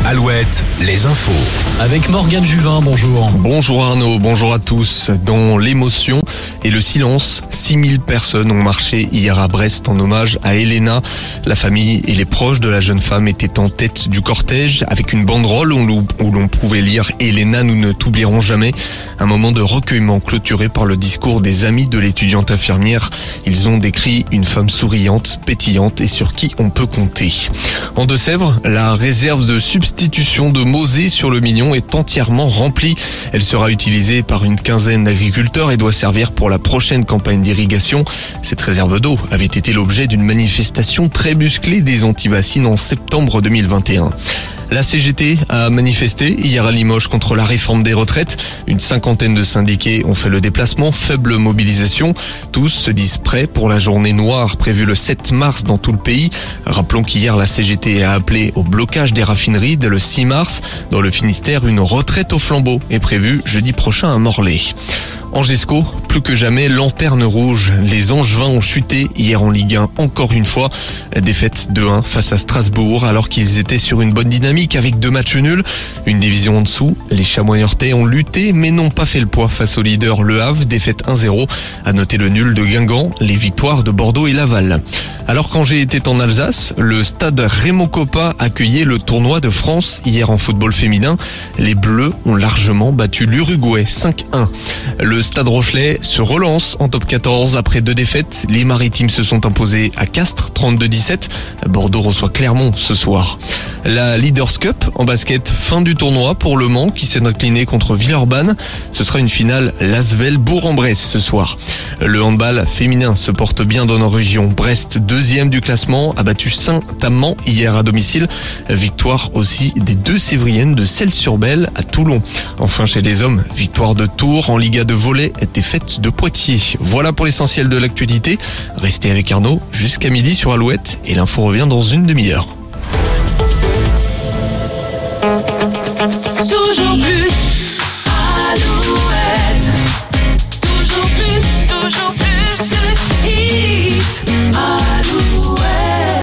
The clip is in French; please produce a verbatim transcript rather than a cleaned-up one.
Alouette, les infos. Avec Morgane Juvin, bonjour. Bonjour Arnaud, bonjour à tous. Dans l'émotion et le silence, six mille personnes ont marché hier à Brest en hommage à Elena. La famille et les proches de la jeune femme étaient en tête du cortège avec une banderole où l'on pouvait lire « Elena, nous ne t'oublierons jamais ». Un moment de recueillement clôturé par le discours des amis de l'étudiante infirmière. Ils ont décrit une femme souriante, pétillante et sur qui on peut compter. En Deux-Sèvres, la réserve de substitution de Mosée sur le Mignon est entièrement remplie. Elle sera utilisée par une quinzaine d'agriculteurs et doit servir pour la prochaine campagne d'irrigation. Cette réserve d'eau avait été l'objet d'une manifestation très musclée des anti-bassines en septembre deux mille vingt et un. La C G T a manifesté hier à Limoges contre la réforme des retraites. Une cinquantaine de syndiqués ont fait le déplacement, faible mobilisation. Tous se disent prêts pour la journée noire prévue le sept mars dans tout le pays. Rappelons qu'hier la C G T a appelé au blocage des raffineries dès le six mars. Dans le Finistère, une retraite au flambeau est prévue jeudi prochain à Morlaix. Angesco, plus que jamais, lanterne rouge. Les Angevins ont chuté hier en Ligue un, encore une fois. Défaite deux un face à Strasbourg, alors qu'ils étaient sur une bonne dynamique avec deux matchs nuls. Une division en dessous, les Chamois-Niortais ont lutté, mais n'ont pas fait le poids face au leader Le Havre, défaite un zéro. À noter le nul de Guingamp, les victoires de Bordeaux et Laval. Alors qu'Angers était en Alsace, le stade Raymond Kopa accueillait le tournoi de France hier en football féminin. Les Bleus ont largement battu l'Uruguay cinq un. Le Stade Rochelais se relance en top quatorze après deux défaites. Les Maritimes se sont imposés à Castres trente-deux dix-sept. Bordeaux reçoit Clermont ce soir. La Leaders Cup en basket, fin du tournoi pour Le Mans qui s'est incliné contre Villeurbanne. Ce sera une finale Lasvel-Bourg-en-Bresse ce soir. Le handball féminin se porte bien dans nos régions. Brest, deuxième du classement, a battu Saint-Amand hier à domicile. Victoire aussi des deux Sévriennes de Celles-sur-Belle à Toulon. Enfin chez les hommes, victoire de Tours en Liga de volley, défaite de Poitiers. Voilà pour l'essentiel de l'actualité. Restez avec Arnaud jusqu'à midi sur Alouette et l'info revient dans une demi-heure.